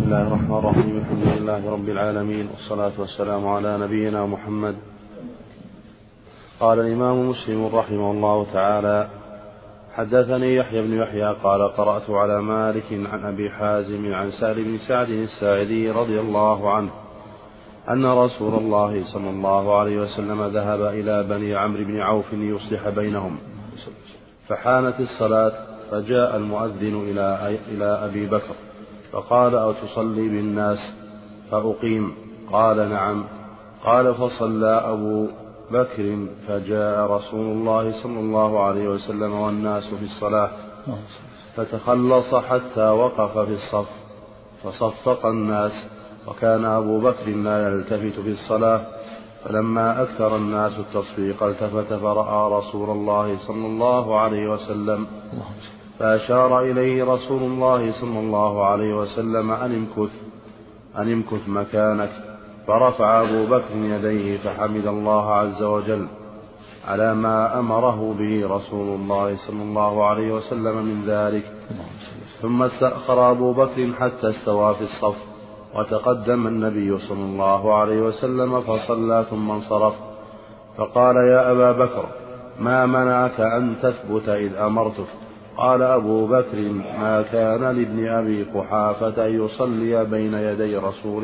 الله الرحمن الرحيم. الحمد لله رب العالمين، والصلاة والسلام على نبينا محمد. قال الإمام مسلم رحمه الله تعالى: حدثني يحيى بن يحيى قال: قرأت على مالك عن أبي حازم عن سهل بن سعد الساعدي رضي الله عنه أن رسول الله صلى الله عليه وسلم ذهب إلى بني عمرو بن عوف ليصلح بينهم، فحانت الصلاة، فجاء المؤذن إلى أبي بكر فقال: أتصلي بالناس فأقيم؟ قال: نعم. قال: فصلى أبو بكر، فجاء رسول الله صلى الله عليه وسلم والناس في الصلاة، فتخلص حتى وقف في الصف، فصفق الناس، وكان أبو بكر لا يلتفت في الصلاة، فلما أكثر الناس التصفيق التفت فرأى رسول الله صلى الله عليه وسلم، فأشار إليه رسول الله صلى الله عليه وسلم أن امكث مكانك، فرفع أبو بكر يديه فحمد الله عز وجل على ما أمره به رسول الله صلى الله عليه وسلم من ذلك، ثم استأخر أبو بكر حتى استوى في الصف، وتقدم النبي صلى الله عليه وسلم فصلى ثم انصرف، فقال: يا أبا بكر، ما منعك أن تثبت إذ أمرتك؟ قال أبو بكر: ما كان لابن أبي قحافة أن يصلي بين يدي رسول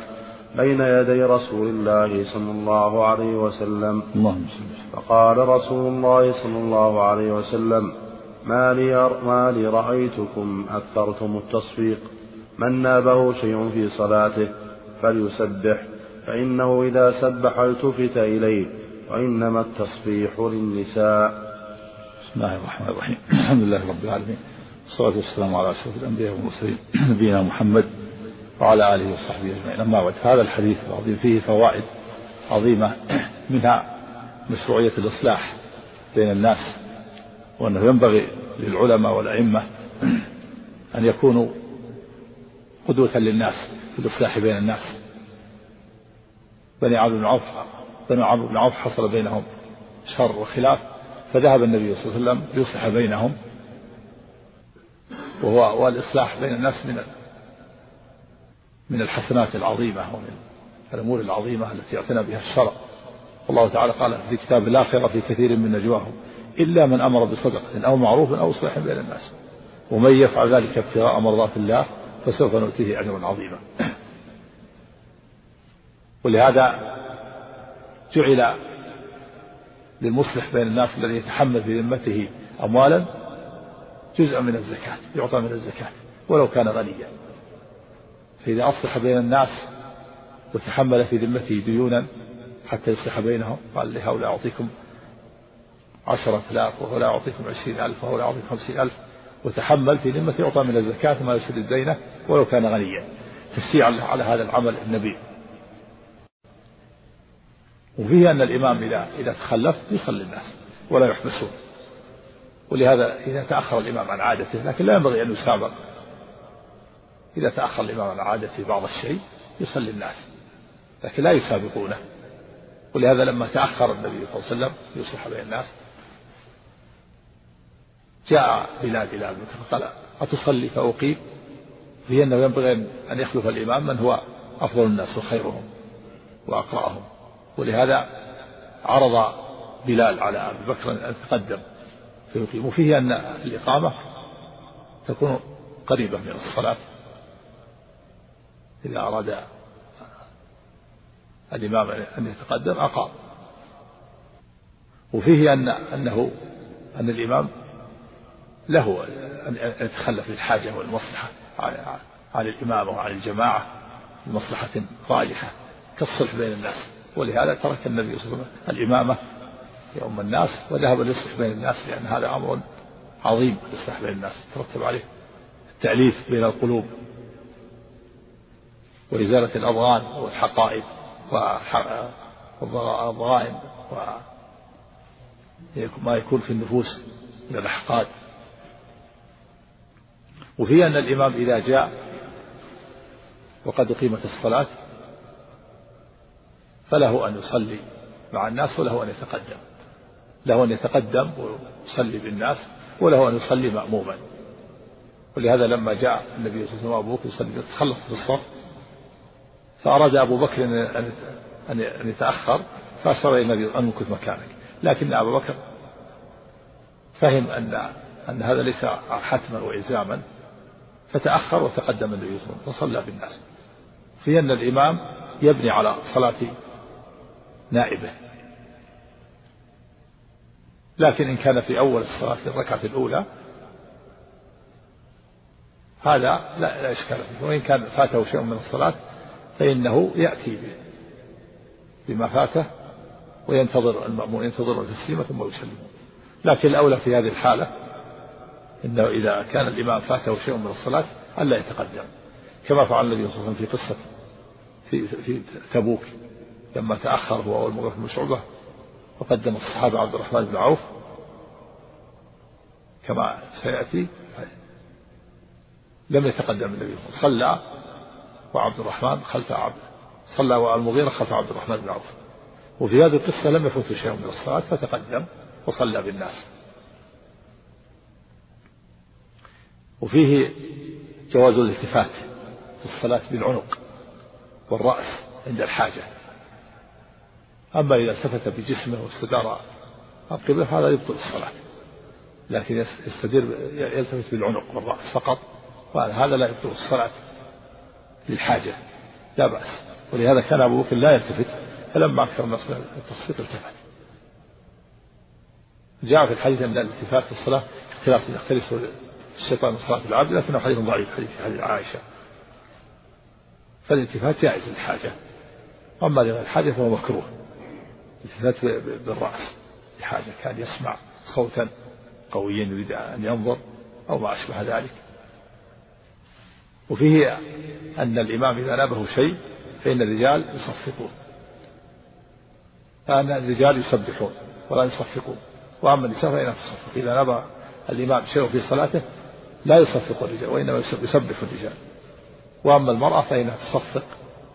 الله صلى الله عليه وسلم. فقال رسول الله صلى الله عليه وسلم: ما لي رأيتكم أكثرتم التصفيق، من نابه شيء في صلاته فليسبح، فإنه إذا سبح التفت إليه، وإنما التصفيح للنساء. بسم الله الرحمن الرحيم. الحمد لله رب العالمين، والصلاة والسلام على أشرف الأنبياء والمرسلين نبينا محمد وعلى آله وصحبه أجمعين. أما بعد، هذا الحديث العظيم فيه فوائد عظيمة، منها مشروعية الإصلاح بين الناس، وأنه ينبغي للعلماء والأئمة أن يكونوا قدوة للناس في الإصلاح بين الناس. بني عمرو بن عوف حصل بينهم شر وخلاف، فذهب النبي صلى الله عليه وسلم ليصلح بينهم، والإصلاح بين الناس من الحسنات العظيمة ومن الأمور العظيمة التي اعتنى بها الشرع. والله تعالى قال في كتاب: لا خير في كثير من نجواهم إلا من أمر بصدقة أو معروف أو إصلاح بين الناس، ومن يفعل ذلك ابتغاء مرضات الله فسوف نؤتيه أجرا عظيما. ولهذا جعل للمصلح بين الناس الذي يتحمل في ذمته أموالا جزءا من الزكاة، يعطى من الزكاة ولو كان غنيا. فإذا أصلح بين الناس وتحمل في ذمته ديونا حتى يصلح بينهم، قال: لهؤلاء أعطيكم 10,000 وهؤلاء أعطيكم 20,000 وهؤلاء أعطيكم 50,000، وتحمل في ذمته يعطى من الزكاة ما يسد دينه ولو كان غنيا، تشجيعا على هذا العمل النبيل. وفيه أن الإمام إذا تخلف يصلي الناس ولا يحبسون، ولهذا إذا تأخر الإمام عن عادته، لكن لا ينبغي أن يسابق، إذا تأخر الإمام عن عادته بعض الشيء يصلي الناس، لكن لا يسابقونه. ولهذا لما تأخر النبي صلى الله عليه وسلم يصلح بين الناس، جاء بلال إلى أبي بكر فقال: أتصلي فأقيم؟ فيه أنه ينبغي أن يخلف الإمام من هو أفضل الناس وخيرهم وأقرأهم، ولهذا عرض بلال على أبي بكر أن يتقدم فيقيم. وفيه أن الإقامة تكون قريبة من الصلاة، إذا أراد الإمام أن يتقدم أقام. وفيه أن الإمام له أن يتخلف للحاجة والمصلحة عن الإمامة وعن الجماعة لمصلحة راجحة كالصلح بين الناس. ولهذا ترك النبي صلى الله عليه وسلم الإمامة يؤم الناس وذهب ليصلح بين الناس، لأن هذا أمر عظيم، الإصلاح بين الناس ترتب عليه التأليف بين القلوب وإزالة الأضغان والحقائب والضغائن وما يكون في النفوس من الأحقاد. وفي أن الإمام إذا جاء وقد أقيمت الصلاة فله أن يصلي مع الناس وله أن يتقدم، له أن يتقدم ويصلي بالناس وله أن يصلي مأموما. ولهذا لما جاء النبي صلى الله عليه وسلم أبو بكر يصلي يتخلص في الصف، فأراد أبو بكر أن يتأخر، فأشار إلى النبي أن مكث مكانك، لكن أبو بكر فهم أن هذا ليس حتما وإلزاما، فتأخر وتقدم النبي صلى الله عليه وسلم فصلى بالناس، في أن الإمام يبني على صلاة نائبه. لكن إن كان في أول الصلاة في الركعة الأولى هذا لا إشكال فيه، وإن كان فاته شيء من الصلاة فإنه يأتي بما فاته وينتظر المأمون ينتظر التسليمة ثم يسلم. لكن الأولى في هذه الحالة إنه إذا كان الإمام فاته شيء من الصلاة ألا يتقدم، كما فعل النبي صلى الله عليه وسلم في قصة في تبوك لما تأخر هو والمغيرة بن شعبة وقدم الصحابة عبد الرحمن بن عوف كما سيأتي، لم يتقدم النبي صلى وعبد الرحمن خلف صلى والمغيرة خلف عبد الرحمن بن عوف، وفي هذه القصة لم يفوت شيء من الصلاة فتقدم وصلى بالناس. وفيه جواز الالتفات في الصلاة بالعنق والرأس عند الحاجة، أما إذا التفت بجسمه واستدار القبلة هذا يبطل الصلاة، لكن يلتفت بالعنق والرأس فقط وهذا لا يبطل الصلاة للحاجة لا بأس. ولهذا كان أبو بكر لا يلتفت، فلما أكثر الناس التصفيق التفت. جاء في الحديث أن الالتفات في الصلاة يختلس الشيطان من صلاة العبد، لكنه حديث ضعيف حديث عائشة، فالالتفات جائز للحاجة، أما لغير الحاجة فهو مكروه. الالتفات بالرأس لحاجة كان يسمع صوتا قويا يريد أن ينظر أو ما أشبه ذلك. وفيه أن الإمام إذا نابه شيء فإن الرجال يصفقون، أن الرجال يسبحون ولا يصفقون، وأما النساء فإنها تصفق. إذا نابه الإمام شيء في صلاته لا يصفق الرجال وإنما يسبح الرجال، وأما المرأة فإنها تصفق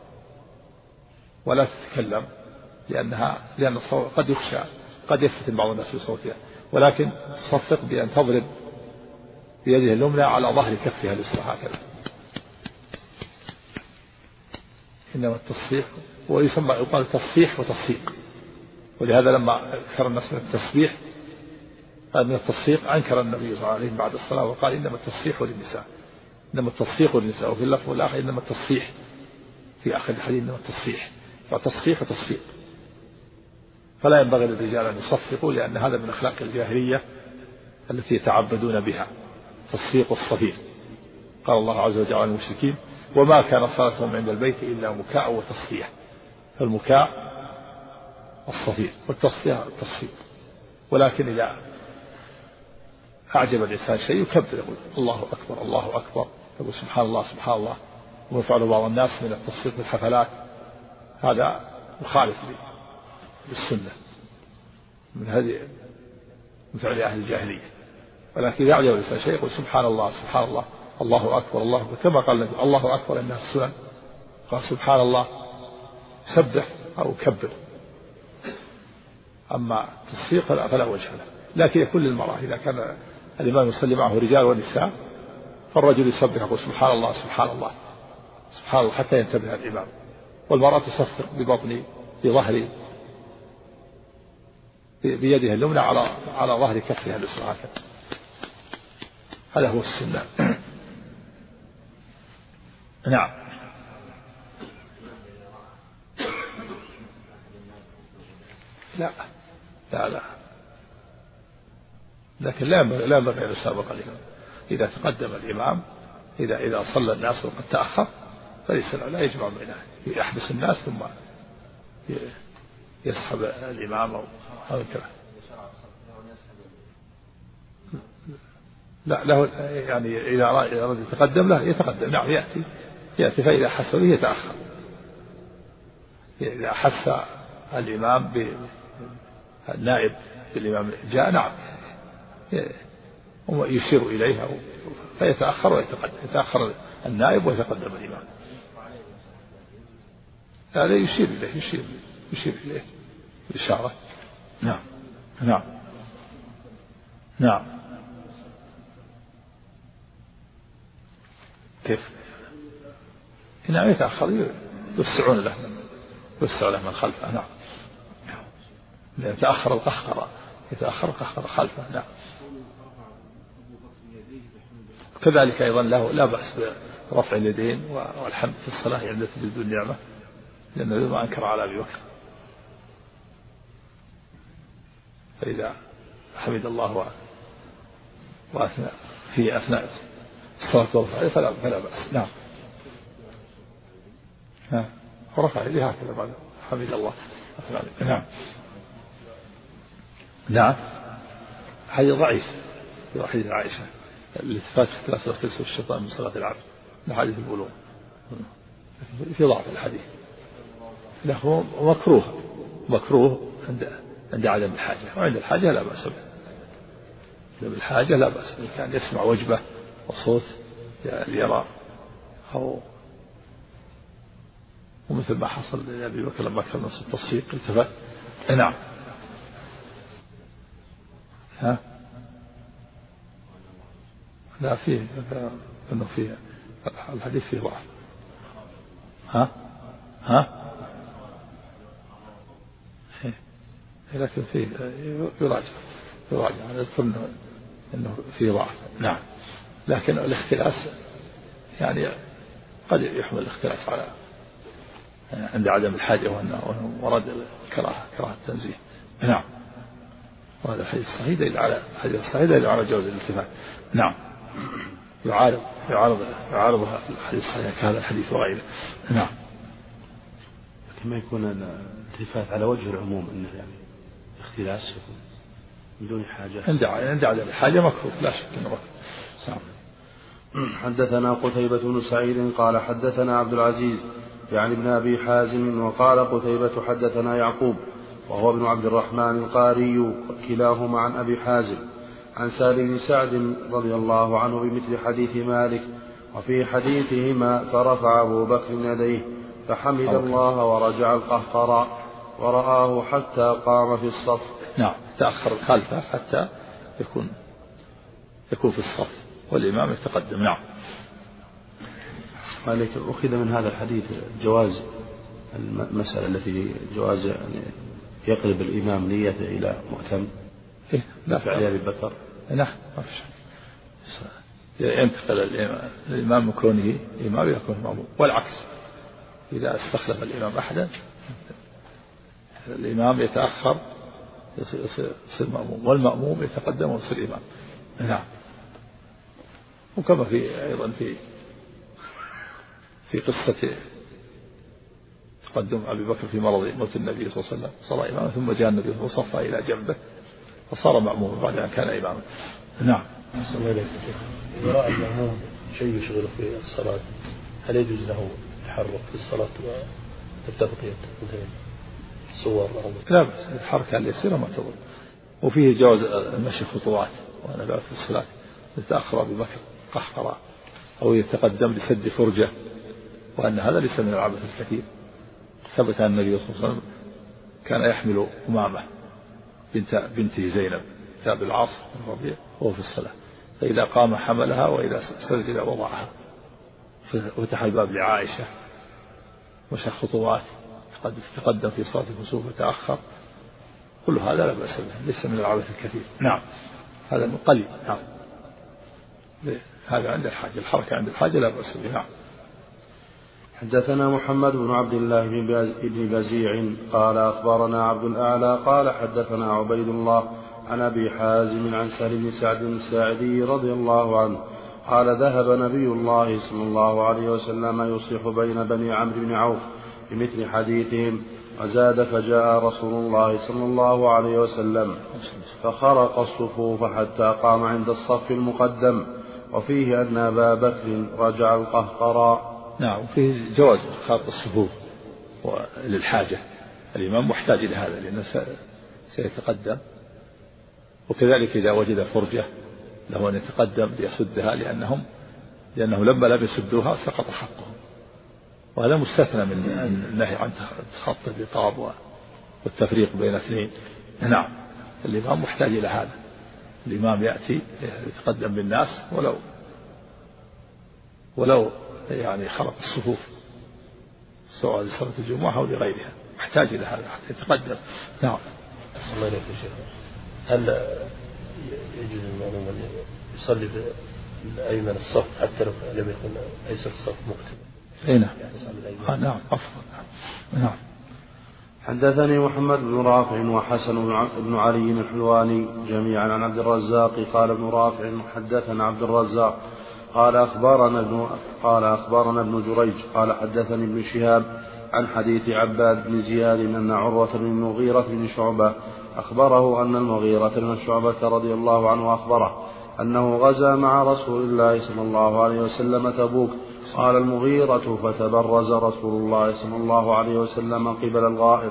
ولا تتكلم لأن الصوت قد يخشى، قد يفتن بعض الناس بصوتها، ولكن تصفق بأن تضرب بيده اليمنى على ظهر كفها اليسرى هكذا. إنما التصفيق ويسمى يقال تصفيح وتصفيق، ولهذا لما أكثر الناس من التصفيح من التصفيق أنكر النبي صلى الله عليه وسلم بعد الصلاة وقال إنما التصفيح للنساء، إنما التصفيق للنساء. وفي اللفظ الآخر إنما التصفيح، في آخر الحديث إنما التصفيح، فتصفيح وتصفيق. فلا ينبغي للرجال أن يصفقوا، لأن هذا من أخلاق الجاهلية التي يتعبدون بها، تصفيق الصفير. قال الله عز وجل عن المشركين وما كان صلاتهم عند البيت إلا مكاء وتصفيح، فالمكاء الصفير والتصفيح التصفيق. ولكن إذا أعجب الإنسان شيء يكبر يقول الله أكبر الله أكبر، يقول سبحان الله سبحان الله، ويفعل بعض الناس من التصفيق في الحفلات، هذا مخالف للسنة من هذه من فعل أهل الجاهلية. ولكن إذا أعجب الإنسان شيء يقول سبحان الله سبحان الله الله أكبر الله أكبر، كما قال النبي الله أكبر إنها السنن، قال سبحان الله سبح أو كبر. أما التصفيق فلا وجه له. لكن يكون للمرأة إذا كان الإمام يصلي معه رجال ونساء فالرجل يسبح يقول سبحان الله سبحان الله سبحان الله حتى ينتبه الإمام، والمرأة تصفق ببطن بظهر بيدها اليمنى على ظهر كفها اليسرى هكذا. هذا هو السنة. نعم. لا لا لا، لكن لا ينبغي أن يسابق الإمام. إذا تقدم الإمام إذا صلى الناس وقد تأخر فليس لا يجمع بينه، يحبس الناس ثم يسحب الإمام أو كذا. لا له يعني إذا أراد يتقدم له يتقدم، نعم يأتي فإذا حس به يتأخر. إذا حس الإمام النائب بالإمام جاء نعم يشير إليها فيتأخر ويتقدم، يتأخر النائب ويتقدم الإمام. هذا يشير إليه بالإشارة. نعم نعم نعم كيف؟ نعم يتأخر يوسعون له من خلفه. نعم يتأخر القهقرة خلفه. نعم كذلك أيضا لا بأس برفع اليدين والحمد في الصلاة عند تجدد النعمة، لأنه ما أنكر على أبي بكر. فإذا حمد الله وأثنى في أثناء الصلاة والرفع فلا بأس. نعم ورفع يديه هكذا بعد حمد الله. نعم حديث ضعيف في حديث عائشة الالتفات اختلاس الخلس والشيطان من صلاة العبد لحديث البلوغ، في ضعف الحديث، له مكروه عند عدم الحاجة، وعند الحاجة لا بأس به. عند الحاجة لا بأس به، كان يسمع وجبة وصوت ليرى أو ومثل ما حصل لأبي بكر لما كان نص التصفيق التفت. نعم لا فيه أنه فيه الحديث فيه ضعف. لكن فيه يراجع نذكر أنه فيه ضعف. نعم لكن الاختلاس يعني قد يحمل الاختلاس على عند عدم الحاجة وأنه ورد كراهة التنزيه. نعم وهذا الحديث الصحيح دليل على جواز الالتفات. نعم يعارض الحديث الصحيح كهذا الحديث وغيره. نعم كما يكون الالتفات على وجه العموم انه يعني اختلاس يكون بدون حاجة عند عدم الحاجة مكروه لا شك انه مكروه. حدثنا قتيبة بن سعيد قال حدثنا عبد العزيز يعني ابن أبي حازم وقال قتيبة حدثنا يعقوب وهو ابن عبد الرحمن القاري كلاهما عن أبي حازم عن سالم بن سعد رضي الله عنه بمثل حديث مالك، وفي حديثهما فرفع أبو بكر يديه فحمد الله ورجع القهقرى ورآه حتى قام في الصف. نعم تأخر الخلفة حتى يكون في الصف والإمام يتقدم. نعم ولكن أخذ من هذا الحديث جواز المسألة التي جواز يعني يقلب الإمام نيته إلى مؤتم لا فعل أبي بكر. نعم ينتقل الإمام من كونه إمام يكون مأموم، والعكس إذا استخلف الإمام أحدا الإمام يتأخر يصير مأموم، والمأموم يتقدم ويصير إمام. نعم وكما في أيضا في قصة تقدم أبي بكر في مرض موت النبي صلى الله عليه وسلم صلى إماما ثم جاء النبي وصفى إلى جنبه فصار مأموما بعد أن كان إماما. نعم إذا رأى المأموم شيء يشغله في الصلاة هل يجوز له التحرك في الصلاة وتبتغطية صور؟ لا بس الحركة اليسيرة ما تضر، وفيه جواز المشي خطوات وأنا لا في الصلاة يتأخر أبي بكر قهقرا أو يتقدم لسد فرجة، وأن هذا ليس من العبث الكثير. ثبت أن النبي صلى الله عليه وسلم كان يحمل أمامة بنته زينب تاب العاص بن ربيع وهو في الصلاة، فإذا قام حملها وإذا سجد وضعها، فتح الباب لعائشة مشى خطوات تقدم في صلاة الكسوف وتأخر، كل هذا لا بأس به ليس من العبث الكثير. نعم هذا من قليل. نعم هذا عند الحاجة، الحركة عند الحاجة لا بأس به. نعم حدثنا محمد بن عبد الله بن بزيع قال أخبرنا عبد الأعلى قال حدثنا عبيد الله عن أبي حازم عن سالم بن سعد الساعدي رضي الله عنه قال ذهب نبي الله صلى الله عليه وسلم يصلح بين بني عمرو بن عوف بمثل حديثهم، وزاد فجاء رسول الله صلى الله عليه وسلم فخرق الصفوف حتى قام عند الصف المقدم، وفيه أن أبا بكر رجع القهقرى. نعم وفيه جواز خرق الصفوف للحاجة، الإمام محتاج إلى هذا لأنه سيتقدم، وكذلك إذا وجد فرجة له أن يتقدم ليسدها لأنه لما لم يسدوها سقط حقهم، وهذا مستثنى من النهي عن تخطي الرقاب والتفريق بين اثنين. نعم الإمام محتاج إلى هذا، الإمام يأتي يتقدم بالناس ولو يعني خلق الصفوف سواء لصلاة الجمعة أو لغيرها محتاج إلى هذا حتى يتقدم. نعم. الله إليك يا شيخ، هل يجوز المأموم أن يصلي بأيمن الصف حتى لو لم يكن أيسر الصف مكتبا؟ أي نعم. نعم أفضل. نعم. حدثني محمد بن رافع وحسن بن علي الحلواني جميعا عن عبد الرزاق قال ابن رافع حدثنا عبد الرزاق قال أخبرنا ابن جريج قال حدثني ابن شهاب عن حديث عباد بن زياد أن عروة بن المغيرة بن شعبة أخبره أن المغيرة بن شعبة رضي الله عنه أخبره أنه غزا مع رسول الله صلى الله عليه وسلم تبوك. قال المغيرة فتبرز رسول الله صلى الله عليه وسلم قبل الغائط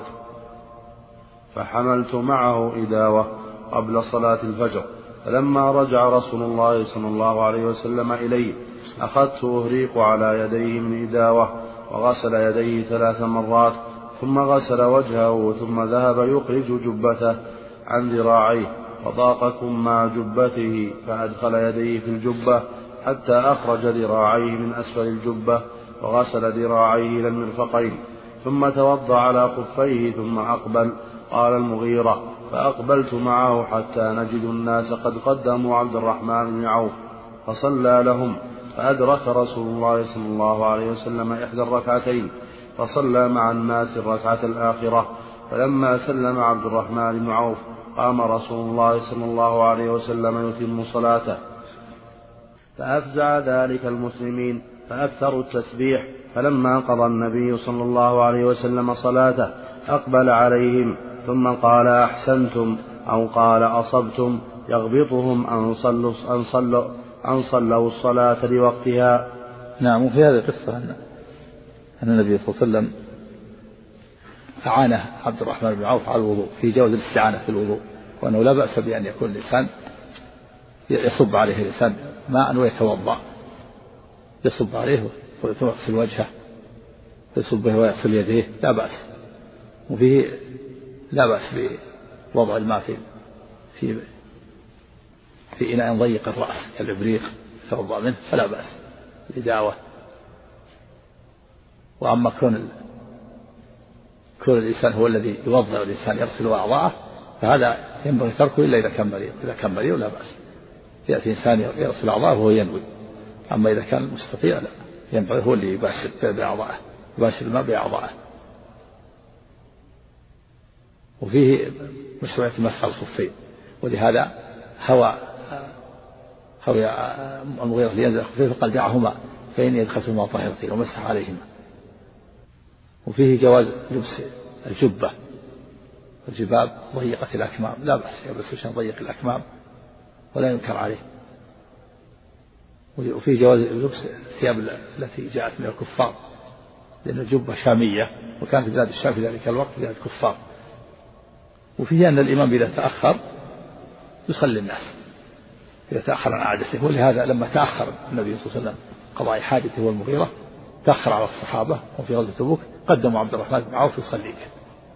فحملت معه إداوة قبل صلاة الفجر، فلما رجع رسول الله صلى الله عليه وسلم إليه أخذت أهريق على يديه من إداوة وغسل يديه 3 مرات ثم غسل وجهه ثم ذهب يخرج جبته عن ذراعيه فضاق كما جبته فأدخل يديه في الجبة حتى أخرج ذراعيه من أسفل الجبة وغسل ذراعيه إلى المرفقين ثم توضأ على خفيه ثم أقبل. قال المغيرة فأقبلت معه حتى نجد الناس قد قدموا عبد الرحمن بن عوف فصلى لهم فأدرك رسول الله صلى الله عليه وسلم 1 الركعتين فصلى مع الناس الركعة الآخرة. فلما سلم عبد الرحمن بن عوف قام رسول الله صلى الله عليه وسلم يتم صلاته فأفزع ذلك المسلمين فأكثروا التسبيح. فلما قضى النبي صلى الله عليه وسلم صلاته أقبل عليهم ثم قال أحسنتم أو قال أصبتم يغبطهم أن صلوا الصلاة لوقتها. نعم. وفي هذه القصة أن النبي صلى الله عليه وسلم أعانه عبد الرحمن بن عوف على الوضوء في جواز الاستعانة في الوضوء، وأنه لا بأس بأن يكون الإنسان يصب عليه الإنسان ماء ويتوضأ، يصب عليه ويغسل وجهه يصب به ويغسل يديه لا بأس. وفيه لا بأس بوضع الماء في إناء ضيق الرأس كالإبريق يتوضأ منه فلا بأس الإداوة. وأما كون الإنسان هو الذي يوضأ الإنسان يغسل أعضاءه فهذا ينبغي تركه إلا إذا كان مريض لا بأس. يأتي إنسان يغسل أعضاءه وهو ينوي، أما إذا كان مستطيع لا ينبغي هو اللي يباشر بأعضاءه يباشر الماء بأعضاءه. وفيه مشروعية مسح الخفين، ولهذا هوى المغيرة لينزل الخفين فقال دعهما فإني أدخلتهما طاهرتين ومسح عليهما. وفيه جواز لبس الجبة الجباب ضيقة الأكمام لا بأس يلبس شيء ضيق الأكمام ولا ينكر عليه. وفيه جواز لبس الثياب التي جاءت من الكفار، لأن الجبة شامية وكان في بلاد الشام في ذلك الوقت بلاد الكفار. وفيه أن الإمام إذا تأخر يصلي الناس إذا تأخر عن عادته، ولهذا لما تأخر النبي صلى الله عليه وسلم قضاء حاجته والمغيرة تأخر على الصحابة وفي غزوة تبوك قدموا عبد الرحمن بن عوف يصلي به،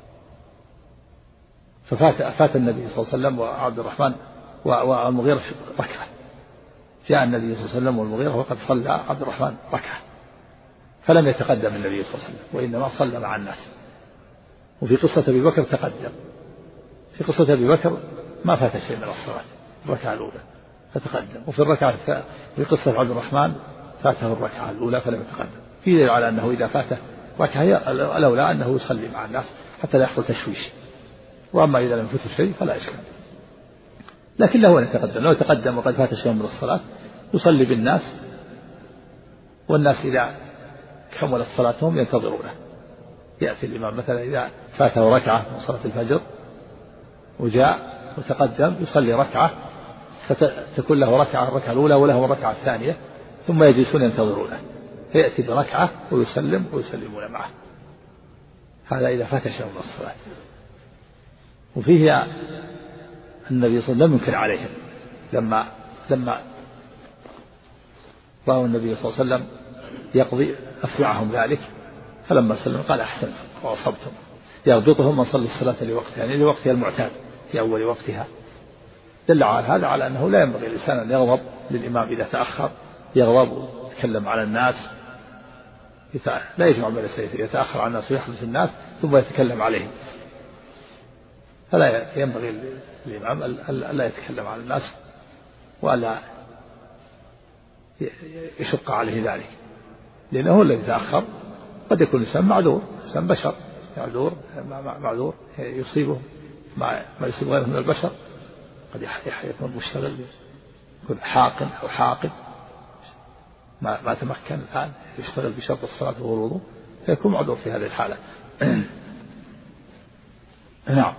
ففات النبي صلى الله عليه وسلم وعبد الرحمن والمغيرة ركعة. جاء النبي صلى الله عليه وسلم والمغيرة وقد صلى عبد الرحمن ركعة فلم يتقدم النبي صلى الله عليه وسلم وإنما صلى مع الناس. وفي قصة أبي بكر تقدم، في قصة أبي بكر ما فات شيء من الصلاة الركعة الأولى فتقدم، وفي في قصة عبد الرحمن فاته الركعة الأولى فلم يتقدم. في دليل على أنه إذا فاته ركعة الأولى أنه يصلي مع الناس حتى لا يحصل تشويش، وأما إذا لم يفوت شيء فلا إشكال. لكن له أن يتقدم، لو تقدم وقد فات شيء من الصلاة يصلي بالناس، والناس إذا كملت صلاتهم ينتظرونه. يأتي الإمام مثلا إذا فاته ركعة من صلاة الفجر وجاء وتقدم يصلي ركعة فتكون له ركعة الركعة الأولى وله الركعة الثانية ثم يجلسون ينتظرونه، فيأتي بركعة ويسلم ويسلمون معه. هذا إذا فات شيء من الصلاة. وفيه النبي صلى الله عليه وسلم لم ينكر عليهم لما رأوا النبي صلى الله عليه وسلم يقضي أفزعهم ذلك، فلما سلم قال أحسنتم وأصبتم يغبطهم من صلى الصلاة لوقتها، يعني لوقتها المعتاد في أول وقتها. دل على هذا على أنه لا ينبغي الإنسان أن يغضب للإمام إذا تأخر، يغضب يتكلم على الناس لا يجمع بين السيدين، يتأخر عن الناس ويحدث الناس ثم يتكلم عليهم. فلا ينبغي للإمام ألا يتكلم على الناس وألا يشق عليه ذلك، لأنه هو الذي تأخر. قد يكون الإنسان معذور، الإنسان بشر معذور يصيبه ما يصيب غيره من البشر. قد يكون مشتغل، يكون حاقن أو حاقد ما تمكن الآن يشتغل بشرط الصلاة والوضوء، فيكون معذور في هذه الحالة. نعم.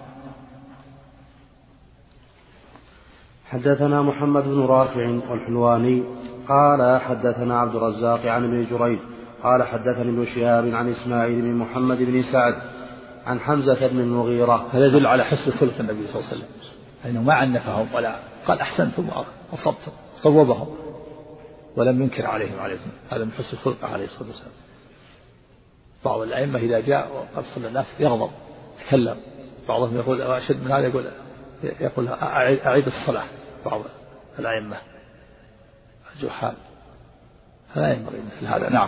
حدثنا محمد بن رافع والحلواني قال حدثنا عبد الرزاق عن ابن جريج قال حدثني ابن شهاب عن إسماعيل بن محمد بن سعد عن حمزة بن المغيرة. هذا يدل على حسن خلق النبي صلى الله عليه وسلم، أنه ما عنفهم ولا قال أحسنتم وأصبتم، صوبهم ولم ينكر عليهم عليه الصلاة والسلام. هذا من حسن خلقه عليه الصلاة والسلام. بعض الأئمة إذا جاء وقد صلى الناس يغضب يتكلم، بعضهم يقول أشد من هذا، يقول أعيد الصلاة. بعض الأئمة الجحال لا ينبغي مثل هذا. نعم.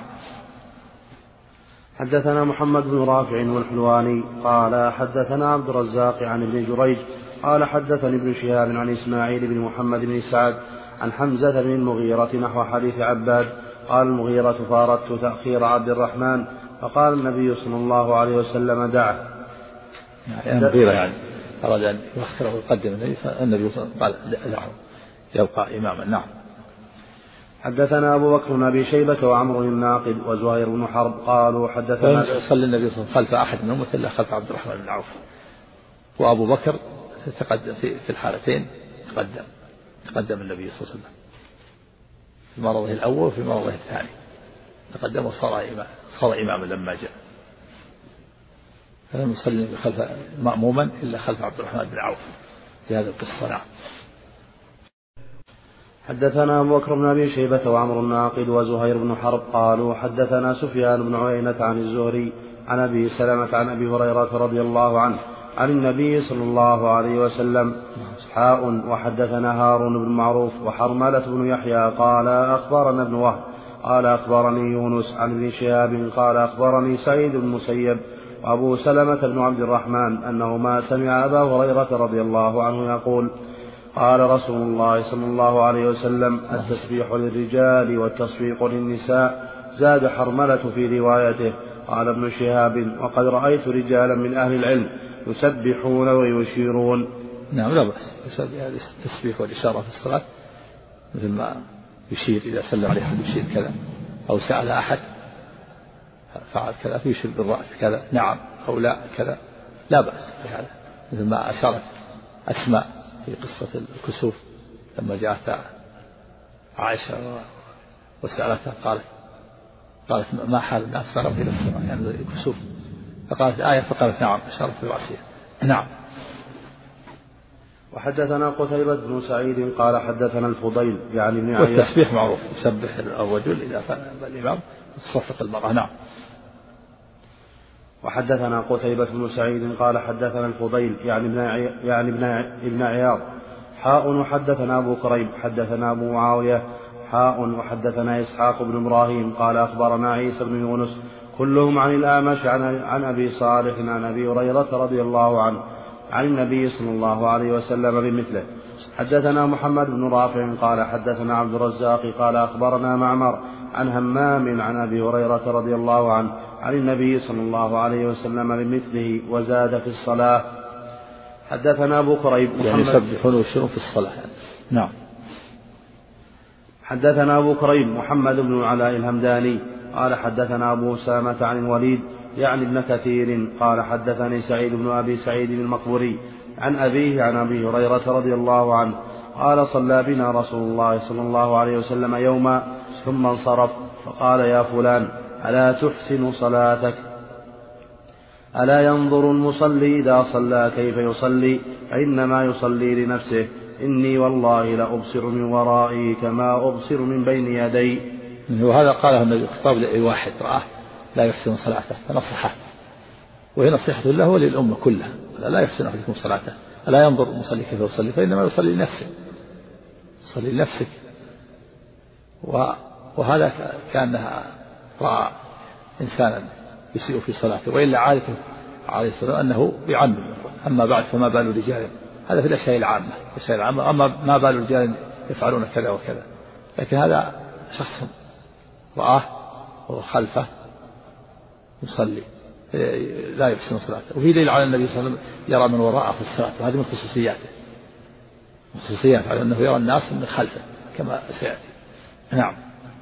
حدثنا محمد بن رافع والحلواني قال حدثنا عبد الرزاق عن ابن جريج قال حدثني ابن شهاب عن إسماعيل بن محمد بن سعد عن حمزة بن المغيرة نحو حديث عباد. قال المغيرة فأردت تأخير عبد الرحمن فقال النبي صلى الله عليه وسلم دعه. المغيرة يعني أراد أن يؤخره ويقدم النبي، فالنبي صلى الله عليه وسلم قال دعه يبقى إماما. نعم. حدثنا أبو بكر بن أبي شيبة وعمرو الناقد وزهير بن حرب قالوا حدثنا صلى النبي صلى الله عليه وسلم خلف أحد منهم مثل خلف عبد الرحمن بن عوف، وأبو بكر تقدم في الحالتين، تقدم النبي صلى الله عليه وسلم في مرضه الأول وفي مرضه الثاني، تقدم وصار إماما لما جاء، فلم يصلي خلف مأموما إلا خلف عبد الرحمن بن عوف في هذه القصة. نعم. حدثنا أبو بكر بن أبي شيبة وعمرو الناقد وزهير بن حرب قالوا حدثنا سفيان بن عيينة عن الزهري عن أبي سلمة عن أبي هريرة رضي الله عنه عن النبي صلى الله عليه وسلم حاء. وحدثنا هارون بن معروف وحرملة بن يحيى قال أخبرنا ابن وهب قال أخبرني يونس عن ابن شهاب قال أخبرني سعيد بن المسيب وأبو سلمة بن عبد الرحمن أنه ما سمع أبا هريرة رضي الله عنه يقول قال رسول الله صلى الله عليه وسلم التسبيح للرجال والتصفيق للنساء. زاد حرملة في روايته. قال ابن شهاب وقد رأيت رجالا من أهل العلم يسبحون ويشيرون. نعم لا بأس التسبيح والإشارة في الصلاة، مثل ما يشير إذا سلم عليه أحد يشير كذا، أو سأل أحد فعل كذا فيشير بالرأس كذا نعم أو لا كذا، لا بأس بهذا، مثل ما أشارت أسماء في قصة الكسوف لما جاءت عائشة وسألتها قالت ما حال الناس؟ فقالت إلى السماء يعني الكسوف، فقالت آية فقالت نعم، أشارت برأسها. نعم. وحدثنا قتيبة بن سعيد قال حدثنا الفضيل يعني ابن عياش. والتسبيح معروف، يسبح الرجل إذا فعل الإمام تصفق المرأة. نعم. وحدثنا قتيبة بن سعيد قال حدثنا الفضيل يعني ابن عياض حاء. وحدثنا أبو كريب حدثنا أبو معاوية حاء. وحدثنا إسحاق بن إبراهيم قال أخبرنا عيسى بن يونس كلهم عن الأعمش عن أبي صالح عن أبي هريرة رضي الله عنه عن النبي صلى الله عليه وسلم بمثله. حدثنا محمد بن رافع قال حدثنا عبد الرزاق قال أخبرنا معمر عن همام عن أبي هريرة رضي الله عنه عن النبي صلى الله عليه وسلم بمثله وزاد في الصلاة. حدثنا أبو كريب يعني يسبحون ويشيرون في الصلاة. نعم. حدثنا أبو كريب محمد بن العلاء الهمداني قال حدثنا أبو أسامة عن الوليد يعني ابن كثير قال حدثني سعيد بن أبي سعيد المقبوري عن أبيه عن أبي هريرة رضي الله عنه قال صلى بنا رسول الله صلى الله عليه وسلم يوما ثم انصرف فقال يا فلان ألا تحسن صلاتك؟ ألا ينظر المصلي إذا صلى كيف يصلي؟ فإنما يصلي لنفسه. إني والله لأبصر من ورائي كما أبصر من بين يدي. وهذا قاله النبي خطاب لواحد رآه لا يحسن صلاته فنصحه، وهي نصيحة له وللأمة كلها، لا يحسن أحدكم صلاته. ألا ينظر المصلي كيف يصلي؟ فإنما يصلي لنفسه، صلي لنفسك. وهذا كأنها رأى إنسانا يسيء في صلاته، وإلا عادته عليه الصلاة أنه يعمم. أما بعد فما بال الرجال، هذا في الأشياء العامة، أما ما بال الرجال يفعلون كذا وكذا. لكن هذا شخص رآه وخلفه يصلي لا يحسن صلاته، وفي دليل على النبي صلى الله عليه وسلم يرى من وراءه في الصلاة، وهذه من خصوصيات على أنه يرى الناس من خلفه كما سيأتي. نعم.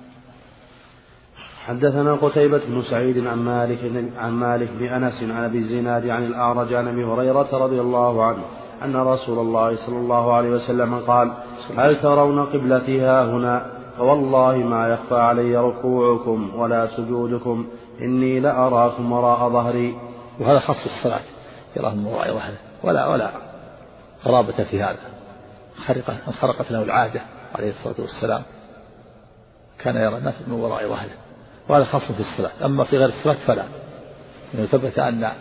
حدثنا قتيبة بن سعيد عن مالك بن أنس عن أبي الزناد عن الأعرج عن أبي هريرة رضي الله عنه أن رسول الله صلى الله عليه وسلم قال: هل ترون قبلتي ها هنا؟ فوالله ما يخفى علي ركوعكم ولا سجودكم، إني لأراكم وراء ظهري. وهذا خاص الصلاة، يراهم من وراء ظهره، ولا قرابة في هذا. خرقت له العادة عليه الصلاة والسلام، كان يرى الناس من وراء ظهره، وهذا خاص في الصلاة. أما في غير الصلاة فلا. إنه ثبت أن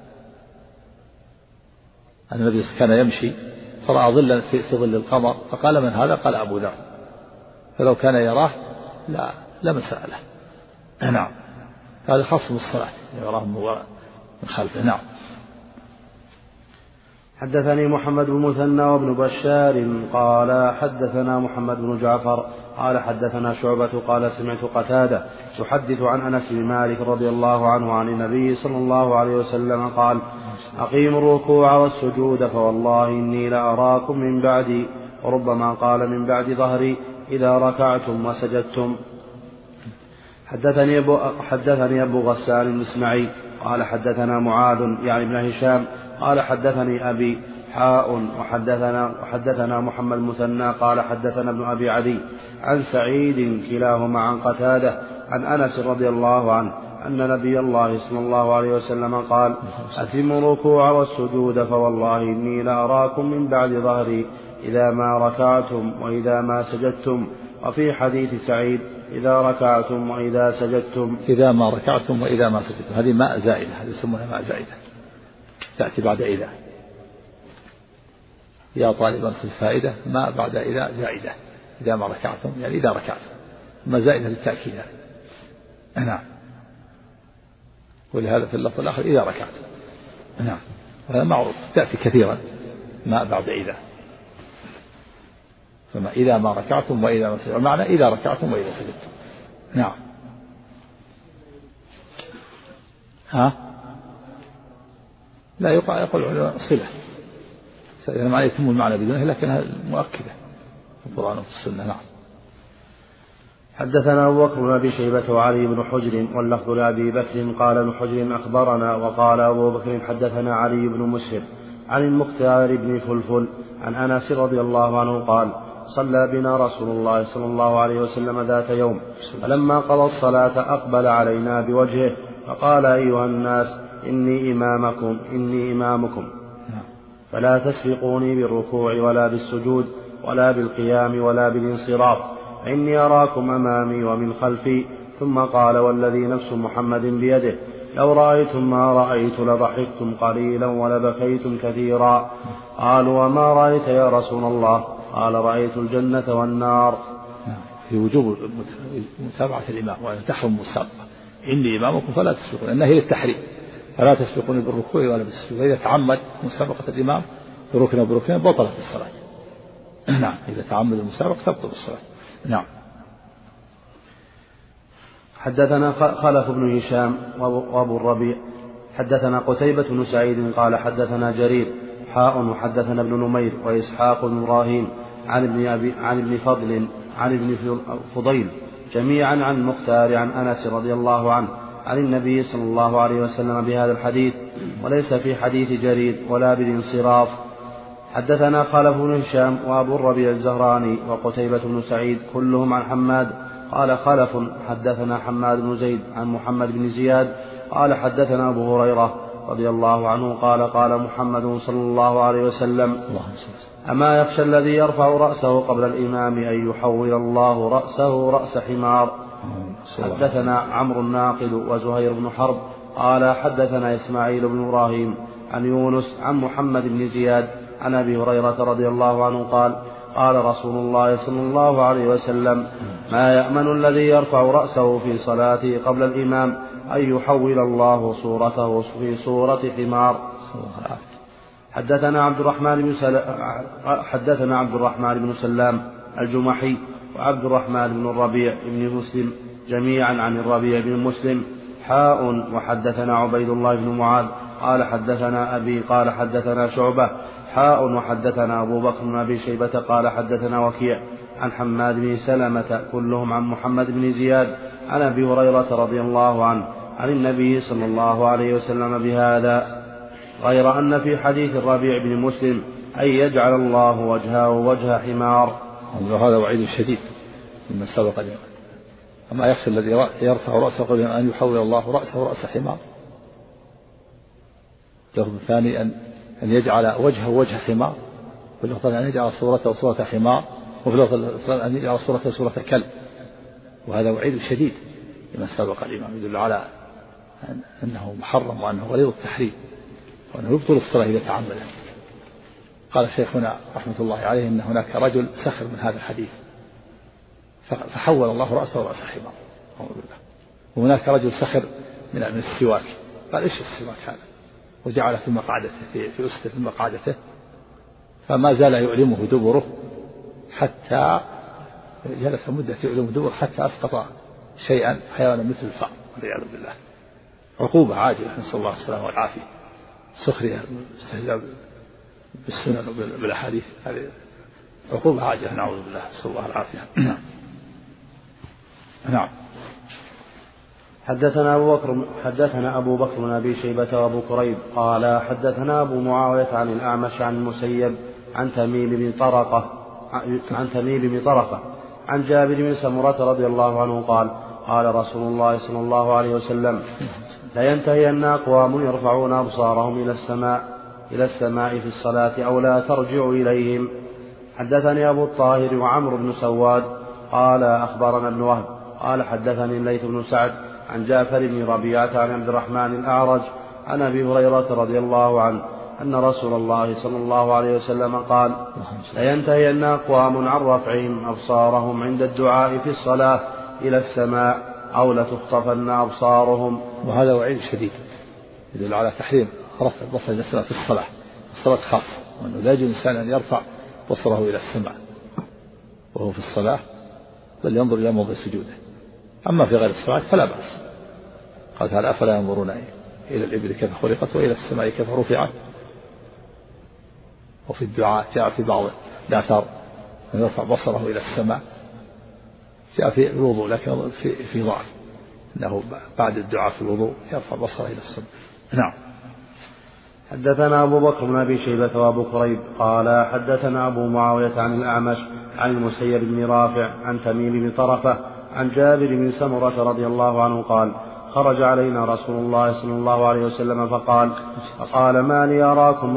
النبي كان يمشي فرأى ظلا في ظل القمر، فقال: من هذا؟ قال: أبو ذر. فلو كان يراه لما سأله. نعم. هذا خاص بالصلاة، يراه من خلفه. نعم. حدثني محمد بن مثنى وابن بشار قال حدثنا محمد بن جعفر قال حدثنا شعبة قال سمعت قتادة يحدث عن أنس بن مالك رضي الله عنه عن النبي صلى الله عليه وسلم قال: أقيموا الركوع والسجود فوالله إني لأراكم من بعدي، وربما قال من بعد ظهري، إذا ركعتم وسجدتم. حدثني أبو غسان المسمعي قال حدثنا معاذ يعني ابن هشام قال حدثني أبي وحدثنا محمد المثنى قال حدثنا ابن أبي عدي عن سعيد كلاهما عن قتادة عن أنس رضي الله عنه أن نبي الله صلى الله عليه وسلم قال: أتموا الركوع والسجود فوالله إني لأراكم من بعد ظهري إذا ما ركعتم وإذا ما سجدتم. وفي حديث سعيد: إذا ركعتم وإذا سجدتم. إذا ما ركعتم وإذا ما سجدتم، هذه ماء زائدة، هذه يسمونها ماء زائدة، تأتي بعد إذا. يا طالبا في الفائدة ما بعد إذا زائدة، إذا ما ركعتم يعني إذا ركعتم، ما زائدة للتأكيد. نعم. ولهذا في اللفظ الآخر إذا ركعتم. نعم. وهذا معروف، تأتي كثيرا ما بعد إذا. فما إذا ما ركعتم وإذا ما سجدتم، معنى إذا ركعتم وإذا سجدتم. نعم. لا يقول صلة، ما يتم المعنى بدونه، لكنها مؤكدة في القرآن وفي السنة. نعم. حدثنا أبو بكر بن أبي شيبة وعلي بن حجر واللفظ لأبي بكر قال ابن حجر أخبرنا، وقال أبو بكر حدثنا علي بن مسهر عن المختار بن فلفل عن أنس رضي الله عنه قال: صلى بنا رسول الله صلى الله عليه وسلم ذات يوم، فلما قضى الصلاة أقبل علينا بوجهه فقال: أيها الناس إني إمامكم فلا تسبقوني بالركوع ولا بالسجود ولا بالقيام ولا بالانصراف، فإني أراكم أمامي ومن خلفي. ثم قال: والذي نفس محمد بيده لو رأيتم ما رأيت لضحكتم قليلا ولبكيتم كثيرا. قالوا: وما رأيت يا رسول الله؟ قال: رأيت الجنة والنار. في وجوب متابعة الإمام وأن تحرم المسابقة. إني إمامكم فلا تسبقون، إنها هي للتحريم، فلا تسبقوني بالركوع ولا بالسجود. إذا تعمد مسابقة الإمام بركن بطلت الصلاة. نعم. إذا تعمد المسابقة تبطل الصلاة. نعم. حدثنا خلف بن هشام وأبو الربيع حدثنا قتيبة بن سعيد قال حدثنا جرير وحدثنا ابن نمير وإسحاق بن إبراهيم عن ابن فضل عن ابن فضيل جميعا عن المختار عن أنس رضي الله عنه عن النبي صلى الله عليه وسلم بهذا الحديث، وليس في حديث جرير ولا بالانصراف. حدثنا خلف بن هشام وأبو الربيع الزهراني وقتيبة بن سعيد كلهم عن حماد قال خلف حدثنا حماد بن زيد عن محمد بن زياد قال حدثنا أبو هريرة رضي الله عنه قال: قال محمد صلى الله عليه وسلم: أما يخشى الذي يرفع رأسه قبل الإمام أن يحول الله رأسه رأس حمار. حدثنا عمرو الناقد وزهير بن حرب قال حدثنا إسماعيل بن إبراهيم عن يونس عن محمد بن زياد عن أبي هريرة رضي الله عنه قال: قال رسول الله صلى الله عليه وسلم: ما يأمن الذي يرفع رأسه في صلاته قبل الإمام أن يحول الله صورته في صورة حمار. حدثنا عبد الرحمن بن سلام الجمحي وعبد الرحمن بن الربيع بن مسلم جميعا عن الربيع بن مسلم وحدثنا عبيد الله بن معاذ قال حدثنا أبي قال حدثنا شعبة وحدثنا أبو بكر بن أبي شيبة قال حدثنا وكيع عن حماد بن سلمة كلهم عن محمد بن زياد عن أبي هريرة رضي الله عنه عن النبي صلى الله عليه وسلم بهذا، غير أن في حديث الربيع بن مسلم أن يجعل الله وجهه وجه حمار. هذا وعيد شديد مما سبق اليوم. أما يخشى الذي يرفع رأسه قبل أن يحول الله رأسه رأس حمار. اللفظ الثاني أن يجعل وجهه وجه حمار، واللفظ أن يجعل صورته صورة حمار، وفي اللفظ أن يجعل صورته صورة كلب. وهذا وعيد شديد لما سبق الإمام، يدل على أنه محرم وأنه غليظ التحريم وأنه يبطل الصلاة إذا تعمد. قال شيخنا رحمة الله عليه إن هناك رجل سخر من هذا الحديث فحول الله رأسه رأس حمار، أعوذ بالله. وهناك رجل سخر من السواك، قال إيش السواك هذا، وجعل في مقعدته في أسته في مقعدته، فما زال يؤلمه دبره حتى جلس مدة يؤلمه دبره حتى أسقط شيئا حيوانا مثل الفأر والعياذ بالله. عقوبة عاجلة، نسأل الله السلامة والعافية. سخرية استهزاء بالسنن وبالأحاديث، هذه عقوبة عاجلة، نعوذ بالله، نسأل الله العافية. نعم. حدثنا أبو بكر بن أبي شيبة وأبو كريب قال حدثنا أبو معاوية عن الأعمش عن المسيب عن تميم بن طرفة عن جابر بن سمرة رضي الله عنه قال قال رسول الله صلى الله عليه وسلم: لا ينتهين أقوام يرفعون أبصارهم إلى السماء في الصلاة أو لا ترجع إليهم. حدثني أبو الطاهر وعمرو بن سواد قال أخبرنا ابن وهب قال حدثني الليث بن سعد عن جعفر بن ربيعة عن عبد الرحمن الأعرج عن أبي هريرة رضي الله عنه أن رسول الله صلى الله عليه وسلم قال: لا ينتهين أقوام عن رفعهم أبصارهم عند الدعاء في الصلاة إلى السماء أو لتخطفن أبصارهم. وهذا وعيد شديد يدل على تحريم رفع البصر إلى السماء في الصلاة خاصة، وأنه لا يجوز الإنسان أن يرفع بصره إلى السماء وهو في الصلاة، بل ينظر إلى موضع سجوده. أما في غير الصلاة فلا بأس. قال تعالى: أفلا ينظرون إلى الإبل كيف خلقت وإلى السماء كيف رفعت. وفي الدعاء جاء في بعض الآثار أن يرفع بصره إلى السماء، جاء في الوضوء لكن في ضعف، أنه بعد الدعاء في الوضوء يرفع بصره إلى السماء. نعم. حدثنا أبو بكر بن أبي شيبة وأبو كريب قال حدثنا أبو معاوية عن الأعمش عن المسيب بن رافع عن تميم بن طرفة عن جابر بن سمرة رضي الله عنه قال: خرج علينا رسول الله صلى الله عليه وسلم فقال: ما لي أراكم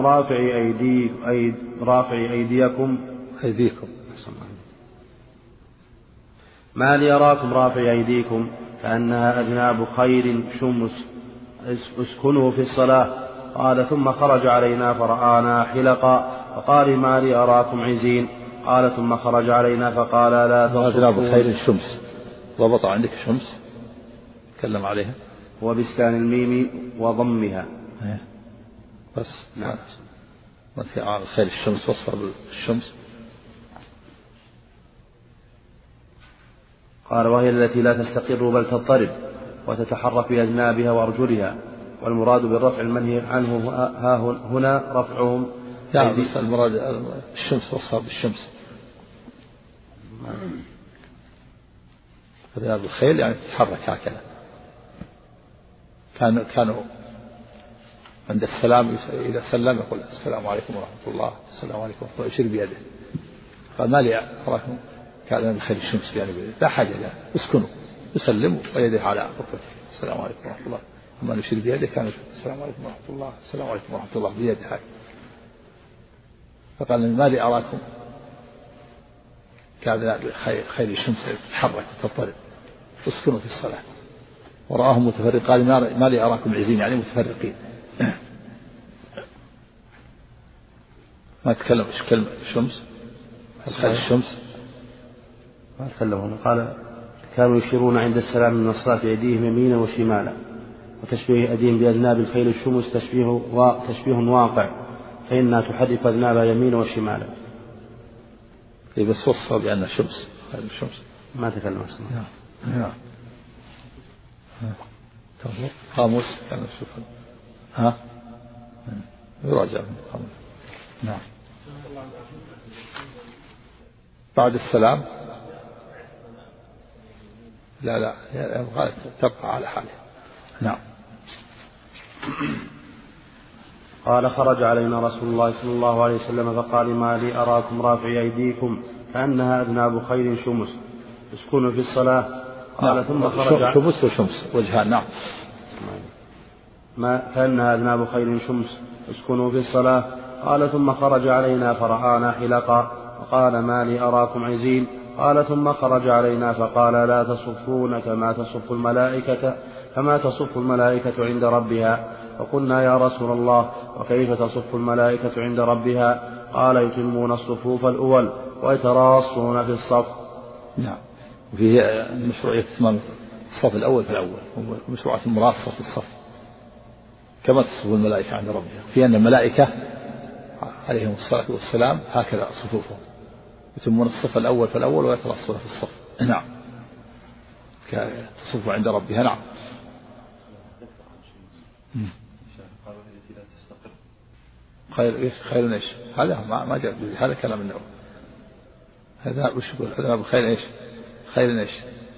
ما لي أراكم رافعي أيديكم كأنها أذناب خير شمس اسكنوا في الصلاة. قال: ثم خرج علينا فرآنا حلقا فقال: ما لي أراكم عزين. قال: ثم خرج علينا فقال: لا تصفوا. أذناب خير الشمس، ضبط عندك شمس تكلم عليها وبسكان الميم وضمها بس. نعم. ما في خير الشمس وصفها بالشمس. قال: وهي التي لا تستقر بل تضطرب وتتحرك بأذنابها وأرجلها، والمراد بالرفع المنهي عنه هنا رفعهم. لا بس المراد الشمس وصفها بالشمس. أذناب الخيل يعني تتحرك هكذا. كانوا عند السلام إذا سلم يقول: السلام عليكم ورحمة الله، السلام عليكم ورحمة الله، يشير بيده. قال: ما لي أراكم كان بخير الشمس يعني لا حاجة له، اسكنوا يسلموا ويده على ركبته، السلام عليكم ورحمة الله. أما نشير بيده كان السلام عليكم ورحمة الله، السلام عليكم ورحمة الله بيده هاي. فقال: ما لي أراكم كان خير الشمس تتحرك تضطرب اسكنوا في الصلاة. ورآهم متفرق قال: ما لي أراكم عزين يعني متفرقين. ما تكلم إيش كلمة الشمس خير الشمس ما تكلمون. قال كانوا يشيرون عند السلام من الصلاة بأيديهم يمينا وشمالا، وتشبيه أيديهم بأذناب الخيل الشمس تشبيه واقع، فإنها تحرك أذنابها يمينا وشمالا. بس وصف بأن الشمس خير الشمس ما تكلم أصلا. نعم. قاموس كان نشوف يراجع من القاموس. نعم. بعد السلام لا يبغى تبقى على حاله. نعم. قال خرج علينا رسول الله صلى الله عليه وسلم فقال ما لي أراكم رافعي أيديكم كأنها أذناب خيل شمس اسكنوا في الصلاة. قال نعم. ثم خرج شمس وشمس وجهان. نعم. ما كأنها أذناب خيل شمس اسكنوا في الصلاة. قال ثم خرج علينا فرآنا حلقا فقال ما لي أراكم عزين. قال ثم خرج علينا فقال لا تصفون كما تصف الملائكة عند ربها. فقلنا يا رسول الله وكيف تصف الملائكة عند ربها؟ قال يتمون الصفوف الأول ويتراصون في الصف. نعم. وفيه مشروعية إتمام الصف الأول فالأول ومشروعية المراصة في الصف كما تصف الملائكة عند ربها، في أن الملائكة عليهم الصلاة والسلام هكذا صفوفهم يتمون الصف الأول فالأول ويترصون في الصف. نعم. تصف عند ربها. نعم. خير ايش؟ هذا ما جاء هذا كلام النووي. هذا وش يقول؟ هذا بخير ايش؟ خير ايش؟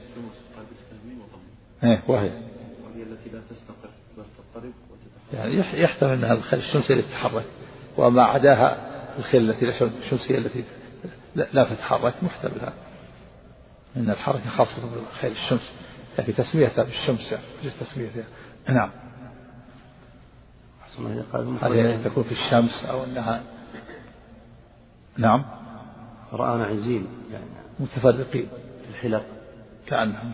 وهي التي لا تستقر بل تضطرب وتتحرك. يعني يحتمل انها الخيل الشمسية التي تتحرك، وما عداها الخيل الشمسية التي لا تتحرك محتمل هذا. إن الحركة خاصة بالخيل الشمس، لكن تسميتها بالشمس يعني تسميتها. نعم. هل تكون في الشمس أو أنها نعم رآنا عزين يعني متفرقين في الحلق كأنهم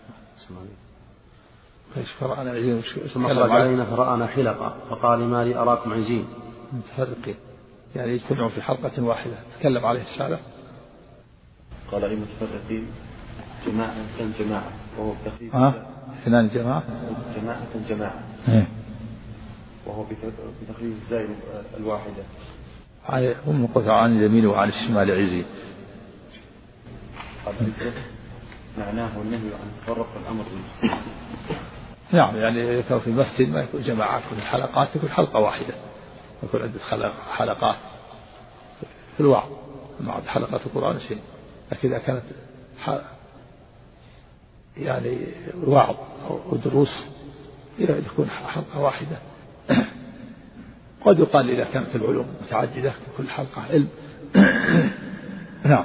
فرآنا عزين. ثم خرج علينا فرآنا حلقا فقال ما لي أراكم عزين متفرقين يعني يجتمعون في حلقة واحدة. تكلم عليه الشارع. قال أي متفرقين جماعة جماعة وهو بتخفيف اثنان جماعة جماعة وهو بتخفيف الزائد الواحدة. هم قطع عن اليمين وعن الشمال عزين. معناه النهي عن تفرق الأمر. نعم. يعني في المسجد ما يكون جماعات، في الحلقات يكون حلقة واحدة، يكون عدة حلقات في الوعظ مع حلقات القرآن شيء. لكن إذا كانت يعني وعظ أو دروس تكون حلقة واحدة. قد يقال إذا كانت العلوم متعددة كل حلقة علم. نعم.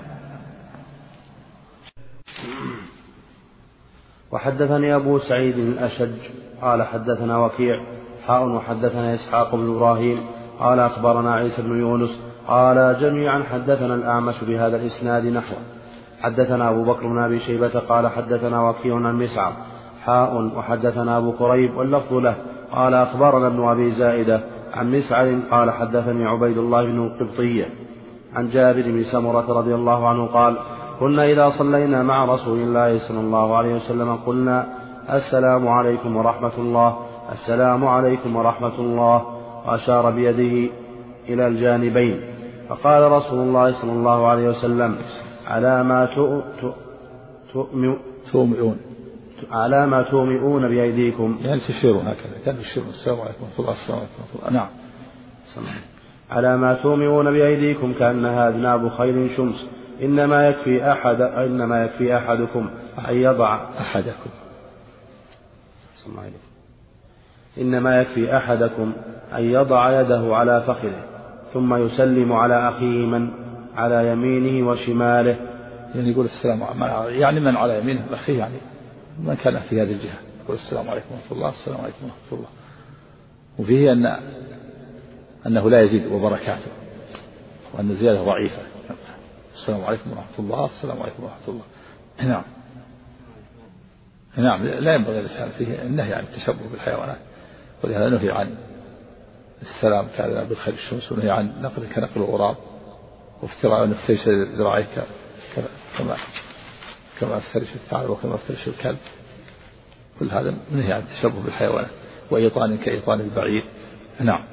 وحدثني أبو سعيد الأشج قال حدثنا وكيع وحدثنا إسحاق بن إبراهيم قال أخبرنا عيسى بن يونس قال جميعا حدثنا الأعمش بهذا الإسناد نحوه. حدثنا أبو بكر بن أبي شيبة قال حدثنا وكيع عن مسعر وحدثنا أبو كريب واللفظ له قال أخبرنا ابن أبي زائدة عن مسعر قال حدثني عبيد الله بن القبطية عن جابر بن سمرة رضي الله عنه قال كنا إذا صلينا مع رسول الله صلى الله عليه وسلم قلنا السلام عليكم ورحمة الله السلام عليكم ورحمة الله، وأشار بيده إلى الجانبين. فقال رسول الله صلى الله عليه وسلم على ما تومئون بأيديكم. يعني تشيرون هكذا كان يشيرون السلام عليكم ورحمة الله السلام عليكم ورحمة الله. نعم. على ما تومئون بأيديكم كأنها أذناب خيل شمس إنما يكفي أحدكم أن يضع يده على فخذه ثم يسلم على أخيه من على يمينه وشماله. يعني يقول السلام يعني من على يمينه أخيه يعني من كان في هذه الجهة يقول السلام عليكم ورحمة الله السلام عليكم ورحمة الله. وفيه أنه لا يزيد وبركاته، وأن الزيادة ضعيفة. السلام عليكم ورحمة الله السلام عليكم ورحمة الله. نعم. نعم. لا ينبغي الإنسان فيه النهي عن التشبه بالحيوانات، ولهذا نهي عن السلام كان بالخير الشمس، ونهي عن نقل كنقل الغراب وافتراء أن تفترش ذراعيك كما افترش الثعلب وكما افترش الكلب، كل هذا منهي عن التشبه بالحيوانات، وإيطان كإيطان البعير. نعم.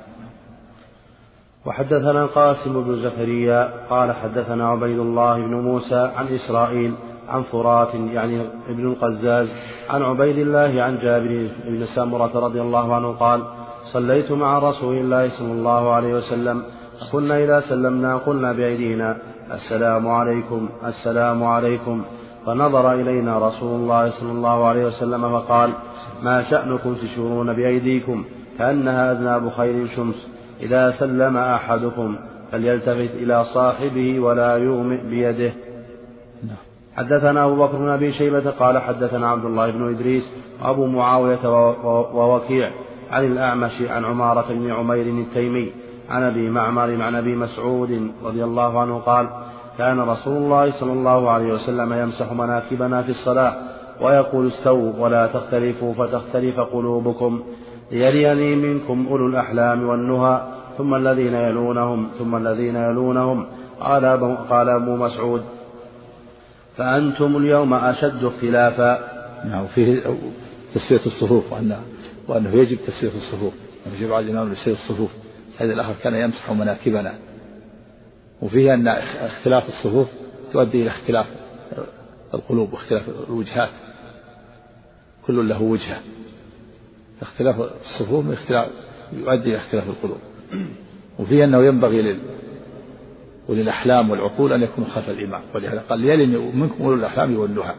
وحدثنا قاسم بن زكريا قال حدثنا عبيد الله بن موسى عن إسرائيل عن فرات يعني ابن القزاز عن عبيد الله عن جابر بن سمرة رضي الله عنه قال صليت مع رسول الله صلى الله عليه وسلم كنا إذا سلمنا قلنا بأيدينا السلام عليكم السلام عليكم، فنظر إلينا رسول الله صلى الله عليه وسلم فقال ما شأنكم تشيرون بأيديكم كأنها أذناب خير شمس، إذا سلم أحدكم فليلتفت إلى صاحبه ولا يومئ بيده. حدثنا أبو بكر بن أبي شيبة قال حدثنا عبد الله بن إدريس وأبو معاوية ووكيع عن الأعمش عن عمارة بن عمير التيمي عن أبي معمر عن أبي مسعود رضي الله عنه قال كان رسول الله صلى الله عليه وسلم يمسح مناكبنا في الصلاة ويقول استووا ولا تختلفوا فتختلف قلوبكم، ليليني منكم أولو الأحلام والنهى ثم الذين يلونهم ثم الذين يلونهم. قال أبو مسعود فأنتم اليوم أشد اختلافا. نعم. وفيه تسوية الصفوف وأنه يجب تسوية الصفوف، يجب على الإمام تسوية الصفوف. هذا الآخر كان يمسح مناكبنا. وفيه أن اختلاف الصفوف تؤدي إلى اختلاف القلوب واختلاف الوجهات، كل له وجهة. اختلاف الصفوف يؤدي إلى اختلاف القلوب. وفيه أنه ينبغي وللأحلام والعقول أن يكونوا خلف الإمام، ولهذا قال يلن منكم أولو الأحلام والنهى.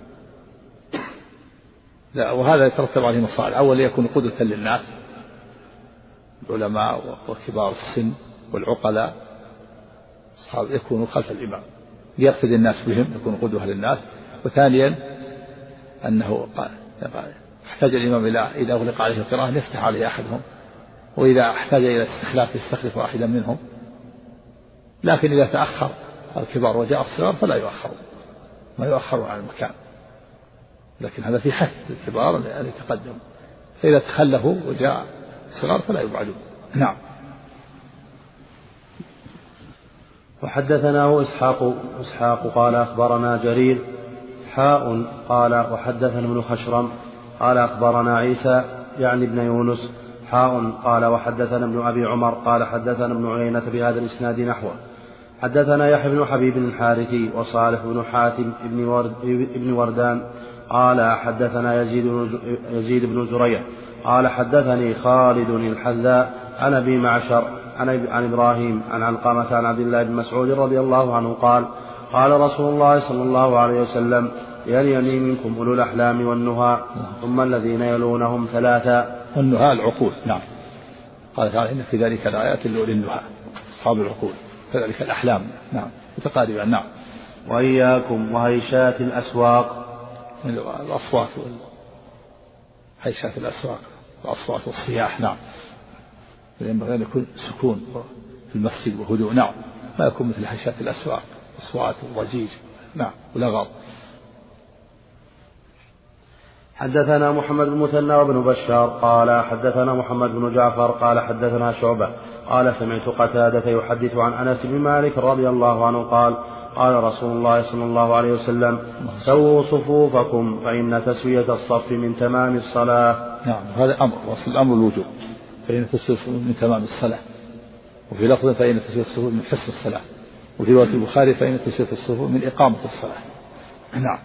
وهذا يترتب عليه مصالح. أولا يكون قدوة للناس، العلماء وكبار السن والعقلاء أصحاب يكونوا خلف الإمام ليقتدي الناس بهم، يكون قدوة للناس. وثانيا أنه احتاج الإمام إذا أغلق عليه القراءة يفتح عليه أحدهم، وإذا احتاج إلى استخلاف يستخلف واحدا منهم. لكن إذا تأخر الكبار وجاء الصغار فلا يؤخرون، ما يؤخرون عن المكان، لكن هذا في حث الكبار أن يتقدموا، فإذا تخلفوا وجاء الصغار فلا يبعدون. نعم. وحدثناه إسحاق قال أخبرنا جرير قال وحدثنا ابن خشرم قال أخبرنا عيسى يعني ابن يونس قال وحدثنا ابن أبي عمر قال حدثنا ابن عيينة بهذا الإسناد نحوه. حدثنا يحيى بن حبيب الحارثي وصالح بن حاتم ابن وردان قال حدثنا يزيد بن زريع قال حدثني خالد الحذاء عن أبي معشر عن إبراهيم عن علقمة عن عبد الله بن مسعود رضي الله عنه قال قال رسول الله صلى الله عليه وسلم يليني منكم أولو الأحلام والنهى ثم الذين يلونهم ثلاثا. والنهى العقول. نعم. قال تعالى إن في ذلك الآيات لأولي النهى أصحاب العقول، كذلك الأحلام. نعم. متقاربة. نعم. وإياكم وهيشات الأسواق، الأصوات هيشات الأسواق الأصوات والصياح. نعم. ينبغي أن يكون سكون في المسجد وهدوء. نعم. ما يكون مثل هيشات الأسواق أصوات وضجيج. نعم. ولغط. حدثنا محمد بن مثنى وابن بشار قال حدثنا محمد بن جعفر قال حدثنا شعبة قال سمعت قتادة يحدث عن أنس بن مالك رضي الله عنه قال قال رسول الله صلى الله عليه وسلم سووا صفوفكم فإن تسوية الصف من تمام الصلاة. نعم. هذا أمر، وصل الأمر الوجوب، فإن تسوية الصفوف من تمام الصلاة. وفي لفظ فإن تسوية الصفوف من حسن الصلاة. وفي رواية البخاري فإن تسوية الصفوف من إقامة الصلاة. نعم.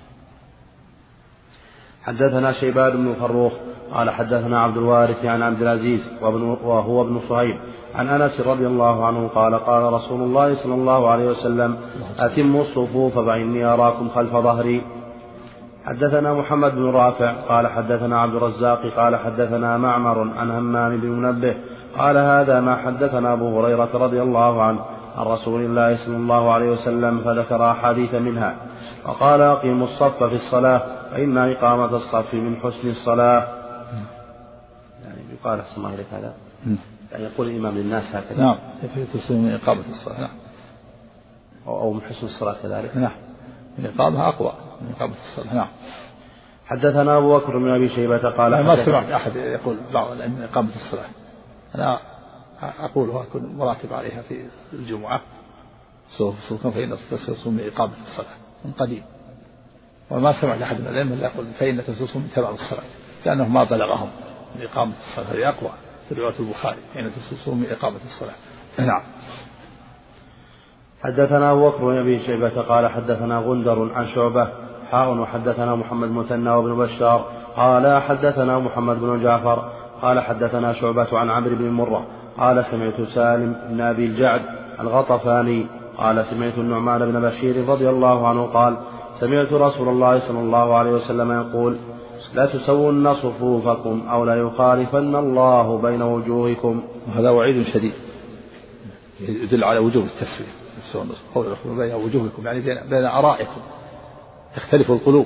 حدثنا شيبان بن فروخ قال حدثنا عبد الوارث عن عبد العزيز وهو ابن صهيب عن أنس رضي الله عنه قال قال رسول الله صلى الله عليه وسلم أتموا الصفوف فإني أراكم خلف ظهري. حدثنا محمد بن رافع قال حدثنا عبد الرزاق قال حدثنا معمر عن همام بن منبه قال هذا ما حدثنا أبو هريرة رضي الله عنه عن رسول الله صلى الله عليه وسلم فذكر أحاديث منها وقال أقيموا الصف في الصلاة فإن إقامة الصف من حسن الصلاة. يعني يقال أحسن الله إليك هذا يعني يقول الإمام للناس هكذا. نعم. يتصل من إقامة الصلاة. نعم. أو من حسن الصلاة كذلك. نعم. من إقامة أقوى من إقامة الصلاة. نعم. حدثنا أبو بكر بن أبي شيبة قال ما سمعت أحد يقول من إقامة الصلاة. أنا أقولها أكون مراتب عليها في الجمعة صفوفكم فإن تصوصوا من إقامة الصلاة من قديم. وما سمع لأحد من العلم إلا يقول فإن تصوصوا من تبع الصلاة، لأنه ما بلغهم من إقامة الصلاة. هذه أقوى في رواية البخاري فإن تصوصوا من إقامة الصلاة. نعم. حدثنا أبو بكر بن أبي شيبة قال حدثنا غندر عن شعبة وحدثنا محمد مثنى وابن بشار قال حدثنا محمد بن جعفر قال حدثنا شعبة عن عمرو بن مرة قال سمعت سالم بن أبي الجعد الغطفاني قال سمعت النعمان بن بشير رضي الله عنه قال سمعت رسول الله صلى الله عليه وسلم يقول لا تسون صفوفكم أو لا يخالفن الله بين وجوهكم. وهذا وعيد شديد يدل على وجوب التسوية، تسوون بين وجوهكم يعني بين آرائكم، تختلف القلوب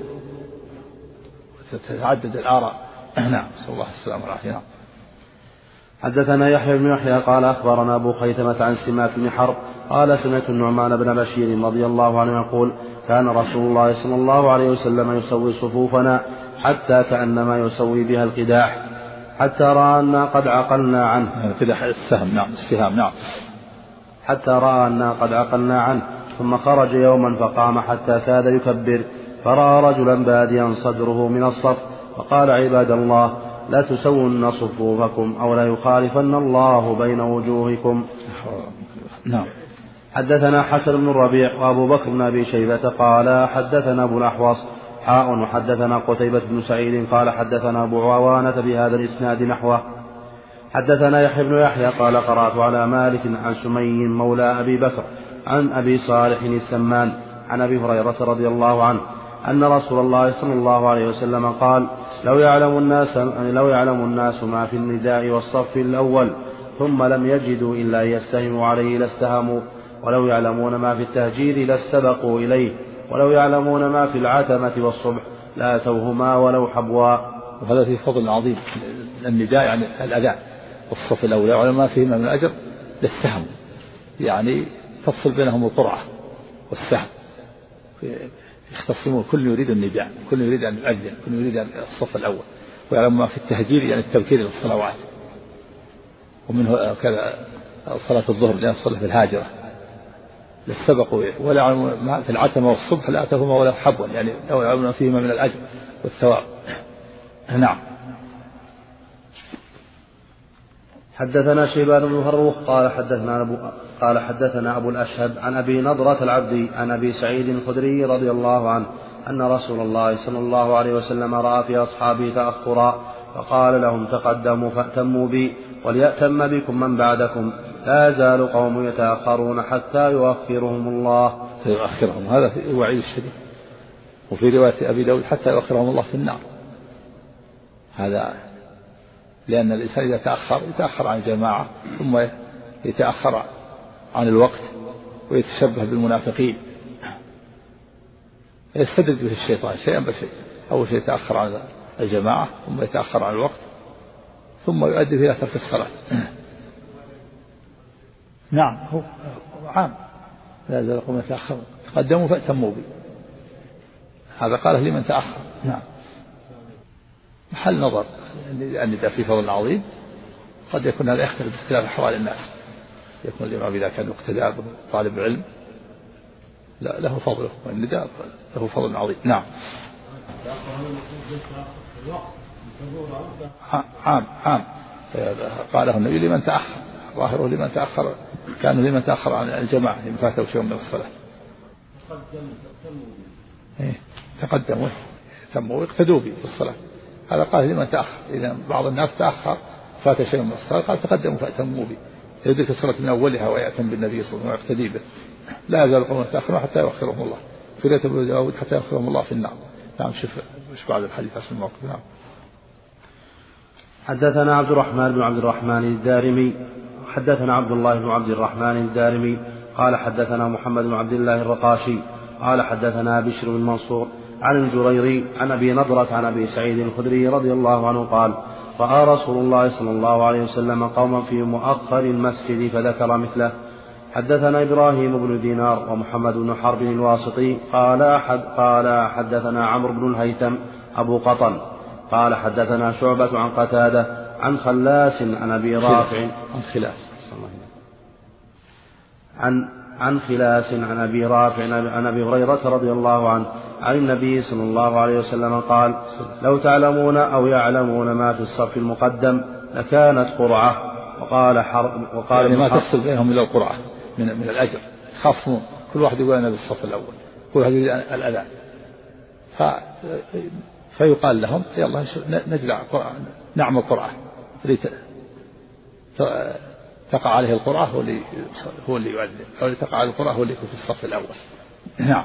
وتتعدد الآراء. نعم. صلى الله السلام والعافية. حدثنا يحيى بن يحيى قال أخبرنا أبو خيثمة عن سماك بن حرب قال سمعت النعمان بن بشير رضي الله عنه يقول كان رسول الله صلى الله عليه وسلم يسوي صفوفنا حتى كأنما يسوي بها القداح حتى رأى أننا قد عقلنا عنه. القداح السهم. نعم. السهام. نعم. حتى رأى أننا قد عقلنا عنه ثم خرج يوما فقام حتى كاد يكبر فرأى رجلا باديا صدره من الصف فقال عباد الله لا تسون صفوفكم أو لا يخالفن الله بين وجوهكم. نعم. حدثنا حسن بن الربيع وأبو بكر بن أبي شيبة قال حدثنا أبو الأحوص وحدثنا قتيبة بن سعيد قال حدثنا أبو عوانة بهذا الإسناد نحوه. حدثنا يحيى بن يحيى قال قرأت على مالك عن سمي مولى أبي بكر عن أبي صالح السمان عن أبي هريرة رضي الله عنه أن رسول الله صلى الله عليه وسلم قال لو يعلم الناس ما في النداء والصف الأول ثم لم يجدوا إلا يستهموا عليه لاستهموا ولو يعلمون ما في التهجير لاستبقوا إليه ولو يعلمون ما في العتمة والصبح لاتوهما ولو حبوا. وهذا في فضل عظيم. النداء يعني الأذان والصف الأول وعلى ما فيهما من الأجر لاستهموا، يعني تفصل بينهم القرعة والسهم، يختصمون كل يريد النداء، كل يريد أن يؤذن، كل يريد أن الصف الأول. ويعلم ما في التهجير يعني التبكير للصلوات، ومنه كذا صلاة الظهر لأن صلى في الهاجرة للسبق، ولا يعلم ما في العتمة والصبح لا أتهما ولا حبوا، يعني لو يعلمون فيهما من الأجر والثواب. نعم. حدثنا شيبان بن فروخ قال حدثنا أبو الأشهب عن أبي نضرة العبدي عن أبي سعيد الخدري رضي الله عنه أن رسول الله صلى الله عليه وسلم رأى في أصحابه تأخرا فقال لهم تقدموا فأتموا بي وليأتم بكم من بعدكم لا يزال قوم يتأخرون حتى يؤخرهم الله. يؤخرهم هذا في وعيد الشديد. وفي رواية أبي داود حتى يؤخرهم الله في النار. هذا لأن الإنسان إذا يتأخر عن الجماعة ثم يتأخر عن الوقت ويتشبه بالمنافقين يستدرج به الشيطان شيئا بشيء. أول شيء يتأخر عن الجماعة ثم يتأخر عن الوقت ثم يؤدي إلى ترك الصلاة. نعم. هو عام لا يزال قوم يتأخرون تقدموا فأتموا بي. هذا قاله لمن تأخر. نعم. محل نظر النداء في فضل عظيم. قد يكون هذا يختلف باختلاف أحوال الناس. يكون الإمام إذا كان مقتدى طالب العلم له فضله، والنداء له فضل عظيم. نعم. عام قاله النبي لمن تأخر، ظاهره لمن تأخر، كانوا لمن تأخر عن الجماعة لمن فاتوا شيء من الصلاة. تقدموا تموا واقتدوا به في الصلاة. هذا قال لمن تأخر. إذا بعض الناس تأخر فات شيء من الصلاة قال تقدموا فأتموا به، يدرك الصلاة من أولها ويأتم بالنبي صلى الله عليه وسلم ويقتدي به. لا يزال قوم يتأخرون حتى يؤخرهم الله. في رواية أبي داود حتى يؤخرهم الله في النار. نعم. شوف بعد الحديث عشان الموقف. نعم. حدثنا عبد الرحمن بن عبد الرحمن الدارمي حدثنا عبد الله بن عبد الرحمن الدارمي قال حدثنا محمد بن عبد الله الرقاشي قال حدثنا بشر بن منصور عن الجريري عن أبي نضرة عن أبي سعيد الخدري رضي الله عنه قال رأى رسول الله صلى الله عليه وسلم قوما في مؤخر المسجد فذكر مثله. حدثنا إبراهيم بن دينار ومحمد بن حرب الواسطي قال حدثنا عمرو بن الهيثم أبو قطن قال حدثنا شعبة عن قتادة عن خلاس عن أبي رافع عن خلاس عن أبي رافع عن أبي هريرة رضي الله عنه عن النبي صلى الله عليه وسلم قال: لو تعلمون أو يعلمون ما في الصف المقدم لكانت قرعة. وقال يعني ما تصل بينهم إلى القرعة من الأجر، خصموا كل واحد يقول أنا بالصف الأول، كل واحد يقول الأذان، فيقال لهم يلا نجلع قرعة، نعمل قرعة تقع عليه القرعة هو اللي يؤذن، أو اللي تقع عليه القرعة هو اللي يكون في الصف الأول. نعم.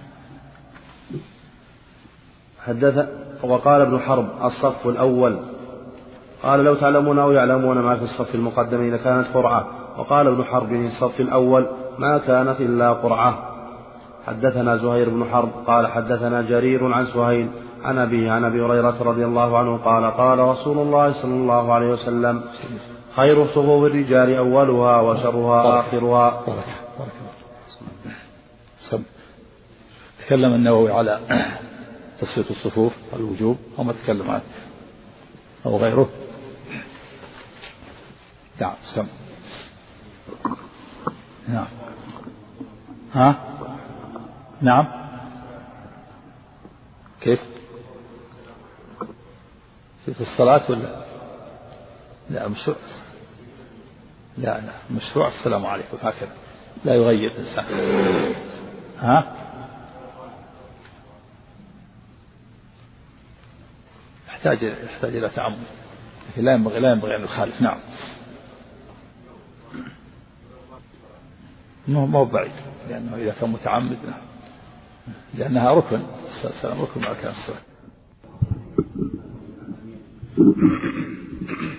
وقال ابن حرب: الصف الأول. قال: لو تعلمون أو يعلمون ما في الصف المقدم لكانت قرعة. وقال ابن حرب: في الصف الأول ما كانت إلا قرعة. حدثنا زهير بن حرب قال: حدثنا جرير عن سهيل عن أبيه عن أبي هريرة رضي الله عنه قال: قال رسول الله صلى الله عليه وسلم: خير صفوف الرجال أولها وشرها آخرها. تكلم النووي على تسوية الصفوف الوجوب، أو ما تكلم عنه أو غيره؟ نعم. نعم. ها؟ نعم. كيف؟ في الصلاة ولا؟ لا مشروع. لا مشروع السلام عليكم هكذا، لا يغير الإنسان. ها؟ يحتاج إلى تعمد، لكن لا ينبغي أن يخالف. نعم. ما هو بعيد، لأنه إذا كان متعمد، لأنها ركن، السلام ركن من أركان الصلاة.